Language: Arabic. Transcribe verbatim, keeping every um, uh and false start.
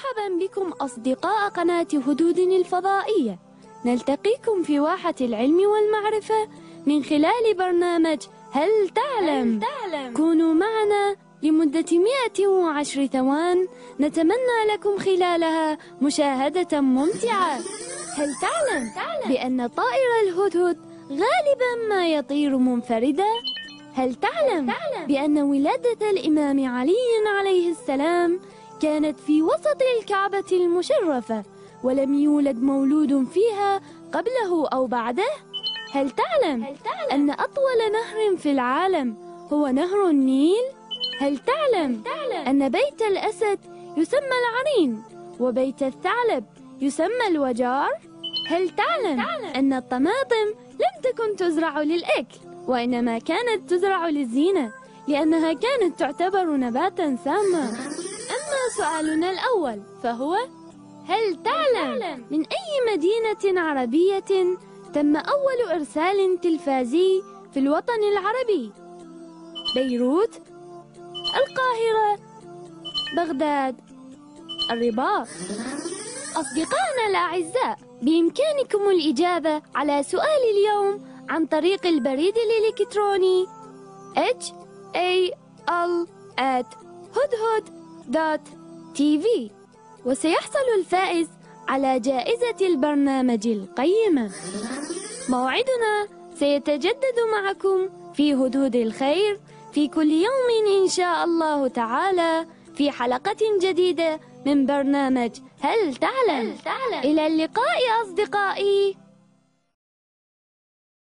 مرحبا بكم أصدقاء قناة هدود الفضائية. نلتقيكم في واحة العلم والمعرفة من خلال برنامج هل تعلم؟ هل تعلم؟ كونوا معنا لمدة مئة وعشر ثوان نتمنى لكم خلالها مشاهدة ممتعة. هل تعلم بأن طائر الهدهد غالبا ما يطير منفردا؟ هل تعلم بأن ولادة الإمام علي عليه السلام كانت في وسط الكعبة المشرفة ولم يولد مولود فيها قبله أو بعده؟ هل تعلم أن أطول نهر في العالم هو نهر النيل؟ هل تعلم أن بيت الأسد يسمى العرين وبيت الثعلب يسمى الوجار؟ هل تعلم أن الطماطم لم تكن تزرع للأكل وإنما كانت تزرع للزينة لأنها كانت تعتبر نباتا ساما؟ أما سؤالنا الأول فهو: هل تعلم من أي مدينة عربية تم أول إرسال تلفازي في الوطن العربي؟ بيروت، القاهرة، بغداد، الرباط؟ أصدقائنا الأعزاء، بإمكانكم الإجابة على سؤال اليوم عن طريق البريد الإلكتروني إتش إيه إل آت هدهد دوت تي في، وسيحصل الفائز على جائزة البرنامج القيمة. موعدنا سيتجدد معكم في هدود الخير في كل يوم إن شاء الله تعالى في حلقة جديدة من برنامج هل تعلم؟ إلى اللقاء أصدقائي.